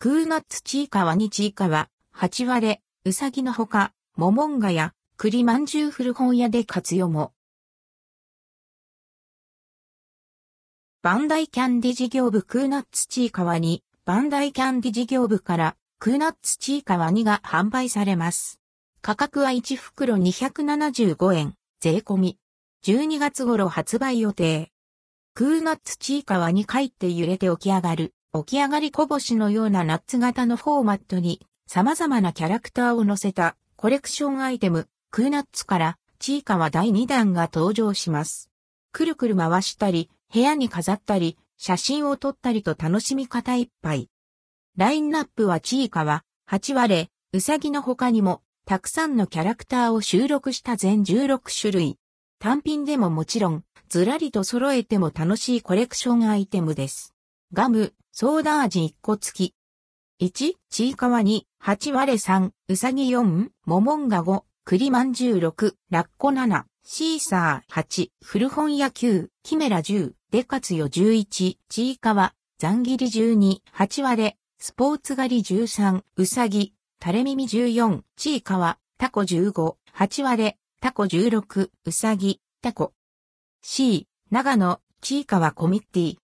クーナッツちいかわにちいかわ、8割、うさぎのほか、モモンガや栗まんじゅう古本屋で活用も。バンダイキャンディ事業部クーナッツちいかわに、バンダイキャンディ事業部からクーナッツちいかわ2が販売されます。価格は1袋275円、税込み。12月頃発売予定。クーナッツちいかわに帰って揺れて起き上がる、起き上がりこぼしのようなナッツ型のフォーマットに様々なキャラクターを載せたコレクションアイテム、クーナッツからちいかわ第2弾が登場します。くるくる回したり、部屋に飾ったり、写真を撮ったりと楽しみ方いっぱい。ラインナップはちいかわ、8割、うさぎの他にも、たくさんのキャラクターを収録した全16種類。単品でももちろん、ずらりと揃えても楽しいコレクションアイテムです。ガム、ソーダ味1個付き。1、ちいかわ2、8割3、うさぎ4、モモンガ5、栗まんじゅう6、ラッコ7、シーサー8、古本屋9、キメラ10、デカツヨ11、ちいかわ、ざん切り12、8割、スポーツ狩り13、うさぎ、垂れ耳14、ちいかわ、タコ15、8割、タコ16、うさぎ、タコ。C、長野、ちいかわコミッティ。